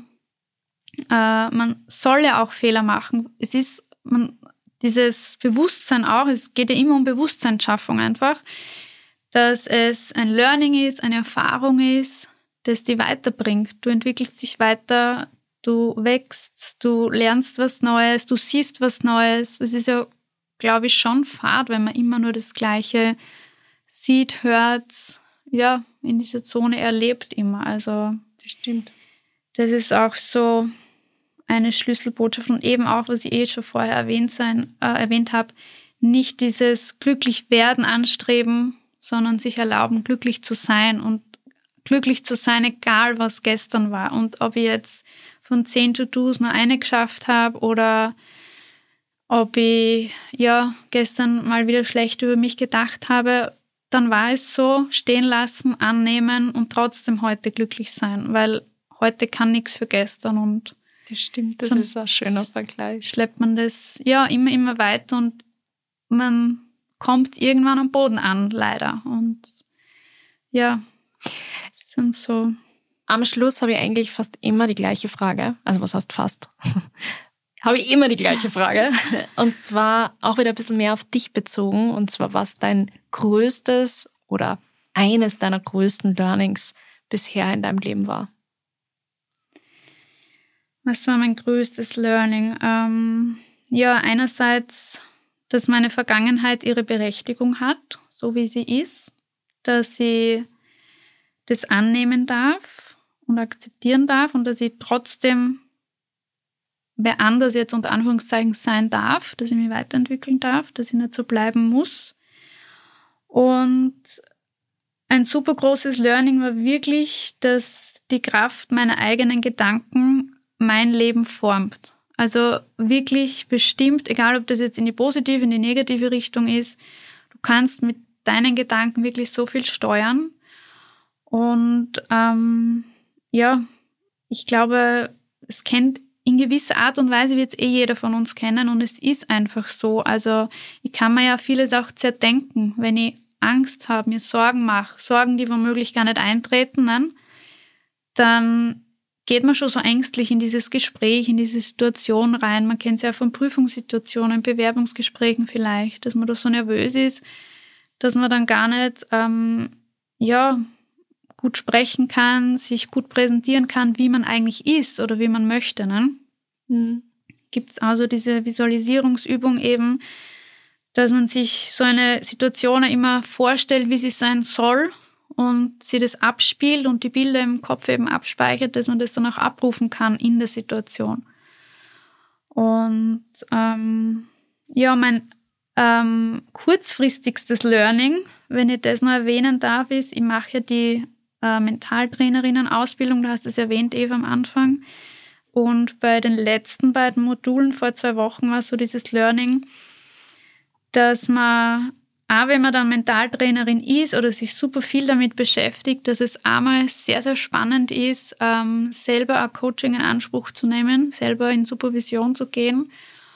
Man soll ja auch Fehler machen. Es ist dieses Bewusstsein auch, es geht ja immer um Bewusstseinsschaffung einfach, dass es ein Learning ist, eine Erfahrung ist, das dich weiterbringt. Du entwickelst dich weiter, du wächst, du lernst was Neues, du siehst was Neues. Es ist ja, glaube ich, schon fad, wenn man immer nur das Gleiche sieht, hört, ja, in dieser Zone erlebt immer. Also, das stimmt. Das ist auch so eine Schlüsselbotschaft und eben auch, was ich schon vorher erwähnt habe, nicht dieses Glücklichwerden anstreben, sondern sich erlauben, glücklich zu sein und glücklich zu sein, egal was gestern war. Und ob ich jetzt von 10 To-Dos nur eine geschafft habe oder ob ich gestern mal wieder schlecht über mich gedacht habe, dann war es so, stehen lassen, annehmen und trotzdem heute glücklich sein, weil heute kann nichts für gestern. Und das stimmt, das ist ein schöner Vergleich. Schleppt man das immer weiter und man kommt irgendwann am Boden an, leider. Und ja, das sind so. Am Schluss habe ich eigentlich fast immer die gleiche Frage. Also was heißt fast? Habe ich immer die gleiche Frage. Und zwar auch wieder ein bisschen mehr auf dich bezogen. Und zwar, was dein größtes oder eines deiner größten Learnings bisher in deinem Leben war. Was war mein größtes Learning? Einerseits, dass meine Vergangenheit ihre Berechtigung hat, so wie sie ist. Dass ich das annehmen darf und akzeptieren darf und dass ich trotzdem wer anders jetzt unter Anführungszeichen sein darf, dass ich mich weiterentwickeln darf, dass ich nicht so bleiben muss. Und ein super großes Learning war wirklich, dass die Kraft meiner eigenen Gedanken mein Leben formt. Also wirklich bestimmt, egal ob das jetzt in die positive, in die negative Richtung ist, du kannst mit deinen Gedanken wirklich so viel steuern. Und ich glaube, es kennt in gewisser Art und Weise wird es jeder von uns kennen und es ist einfach so. Also ich kann mir ja vieles auch zerdenken, wenn ich Angst habe, mir Sorgen mache, Sorgen, die womöglich gar nicht eintreten, ne? Dann geht man schon so ängstlich in dieses Gespräch, in diese Situation rein. Man kennt es ja von Prüfungssituationen, Bewerbungsgesprächen vielleicht, dass man da so nervös ist, dass man dann gar nicht gut sprechen kann, sich gut präsentieren kann, wie man eigentlich ist oder wie man möchte. Ne? Gibt es also diese Visualisierungsübung eben, dass man sich so eine Situation immer vorstellt, wie sie sein soll und sie das abspielt und die Bilder im Kopf eben abspeichert, dass man das dann auch abrufen kann in der Situation. Und mein kurzfristigstes Learning, wenn ich das noch erwähnen darf, ist, ich mache ja die Mentaltrainerinnen-Ausbildung, du hast es erwähnt, Eva, am Anfang. Und bei den letzten beiden Modulen vor 2 Wochen war so dieses Learning, dass man, auch wenn man dann Mentaltrainerin ist oder sich super viel damit beschäftigt, dass es einmal sehr, sehr spannend ist, selber ein Coaching in Anspruch zu nehmen, selber in Supervision zu gehen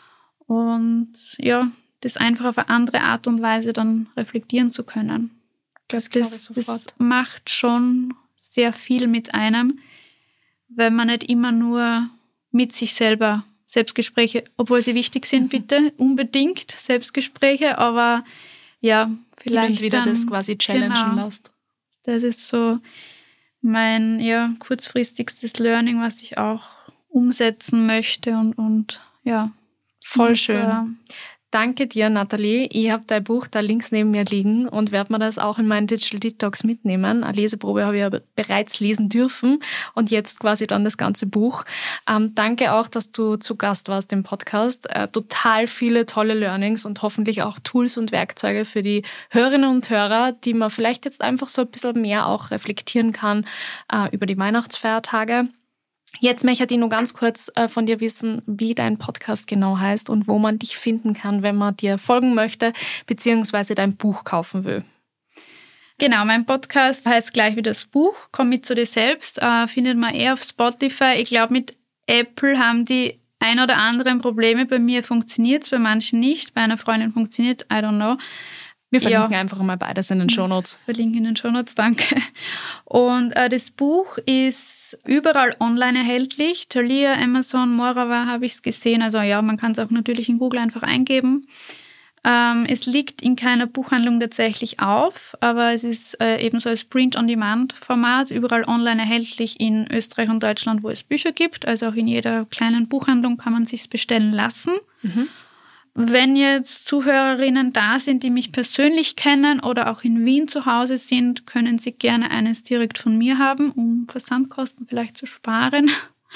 und ja, das einfach auf eine andere Art und Weise dann reflektieren zu können. Ich glaube, das macht schon sehr viel mit einem, weil man nicht immer nur mit sich selber Selbstgespräche, obwohl sie wichtig sind, bitte, unbedingt Selbstgespräche, aber ja, vielleicht wieder das quasi challengen lässt. Das ist so mein kurzfristigstes Learning, was ich auch umsetzen möchte und ja. Voll schön. Danke dir, Nathalie. Ich habe dein Buch da links neben mir liegen und werde mir das auch in meinen Digital Detox mitnehmen. Eine Leseprobe habe ich ja bereits lesen dürfen und jetzt quasi dann das ganze Buch. Danke auch, dass du zu Gast warst im Podcast. Total viele tolle Learnings und hoffentlich auch Tools und Werkzeuge für die Hörerinnen und Hörer, die man vielleicht jetzt einfach so ein bisschen mehr auch reflektieren kann über die Weihnachtsfeiertage. Jetzt möchte ich nur ganz kurz von dir wissen, wie dein Podcast genau heißt und wo man dich finden kann, wenn man dir folgen möchte, beziehungsweise dein Buch kaufen will. Genau, mein Podcast heißt gleich wie das Buch, Komm mit zu dir selbst, findet man auf Spotify. Ich glaube, mit Apple haben die ein oder anderen Probleme. Bei mir funktioniert es, bei manchen nicht. Bei einer Freundin funktioniert, I don't know. Wir verlinken einfach mal beides in den Shownotes. Verlinken in den Shownotes, danke. Und das Buch ist überall online erhältlich. Thalia, Amazon, Morava habe ich es gesehen. Also ja, man kann es auch natürlich in Google einfach eingeben. Es liegt in keiner Buchhandlung tatsächlich auf, aber es ist ebenso als Print-on-Demand-Format überall online erhältlich in Österreich und Deutschland, wo es Bücher gibt. Also auch in jeder kleinen Buchhandlung kann man es sich bestellen lassen. Mhm. Wenn jetzt Zuhörerinnen da sind, die mich persönlich kennen oder auch in Wien zu Hause sind, können sie gerne eines direkt von mir haben, um Versandkosten vielleicht zu sparen.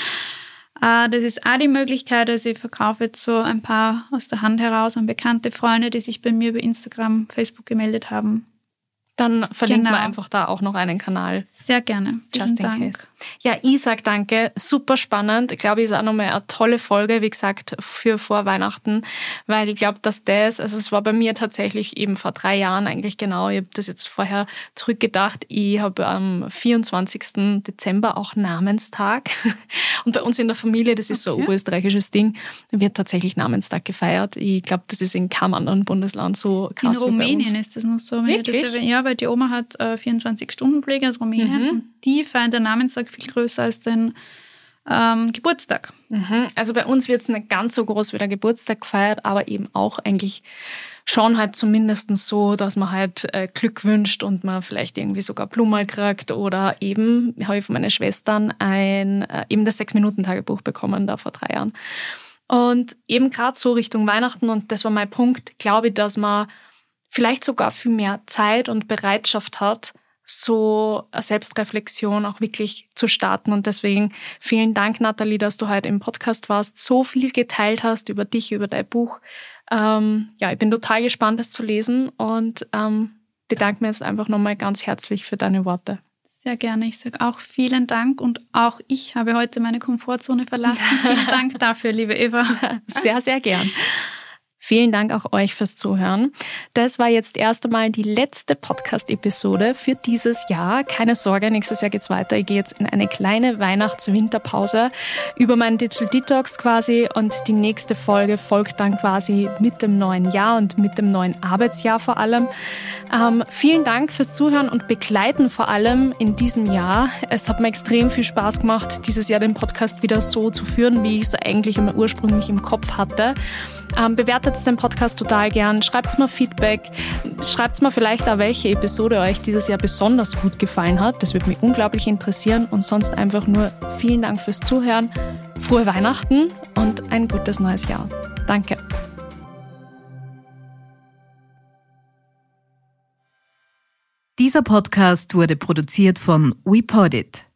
Das ist auch die Möglichkeit. Also ich verkaufe jetzt so ein paar aus der Hand heraus an bekannte Freunde, die sich bei mir über Instagram, Facebook gemeldet haben. Dann verlinken wir einfach da auch noch einen Kanal. Sehr gerne. Just in case. Ja, ich sag danke. Super spannend. Ich glaube, es ist auch nochmal eine tolle Folge, wie gesagt, für vor Weihnachten, weil ich glaube, dass es war bei mir tatsächlich eben vor 3 Jahren eigentlich genau, ich habe das jetzt vorher zurückgedacht, ich habe am 24. Dezember auch Namenstag und bei uns in der Familie, das ist so ein österreichisches Ding, wird tatsächlich Namenstag gefeiert. Ich glaube, das ist in keinem anderen Bundesland so krass wie bei uns. In Rumänien ist das noch so. Wirklich? Ja, weil die Oma hat 24-Stunden-Pflege aus Rumänien. Und die feiern den Namenstag viel größer als den Geburtstag. Also bei uns wird es nicht ganz so groß wie der Geburtstag gefeiert, aber eben auch eigentlich schon halt zumindest so, dass man halt Glück wünscht und man vielleicht irgendwie sogar Blumen kriegt oder eben, habe ich von meinen Schwestern eben das 6-Minuten-Tagebuch bekommen, da vor 3 Jahren. Und eben gerade so Richtung Weihnachten, und das war mein Punkt, glaube ich, dass man vielleicht sogar viel mehr Zeit und Bereitschaft hat, so eine Selbstreflexion auch wirklich zu starten. Und deswegen vielen Dank, Nathalie, dass du heute im Podcast warst, so viel geteilt hast über dich, über dein Buch. Ich bin total gespannt, das zu lesen und bedanke mich jetzt einfach nochmal ganz herzlich für deine Worte. Sehr gerne. Ich sage auch vielen Dank und auch ich habe heute meine Komfortzone verlassen. Vielen Dank dafür, liebe Eva. Sehr, sehr gern. Vielen Dank auch euch fürs Zuhören. Das war jetzt erst einmal die letzte Podcast-Episode für dieses Jahr. Keine Sorge, nächstes Jahr geht's weiter. Ich gehe jetzt in eine kleine Weihnachts-Winterpause über meinen Digital Detox quasi und die nächste Folge folgt dann quasi mit dem neuen Jahr und mit dem neuen Arbeitsjahr vor allem. Vielen Dank fürs Zuhören und Begleiten vor allem in diesem Jahr. Es hat mir extrem viel Spaß gemacht, dieses Jahr den Podcast wieder so zu führen, wie ich es eigentlich immer ursprünglich im Kopf hatte. Bewertet den Podcast total gern, schreibt mir Feedback, schreibt mir vielleicht auch, welche Episode euch dieses Jahr besonders gut gefallen hat. Das würde mich unglaublich interessieren und sonst einfach nur vielen Dank fürs Zuhören, frohe Weihnachten und ein gutes neues Jahr. Danke. Dieser Podcast wurde produziert von WePodit.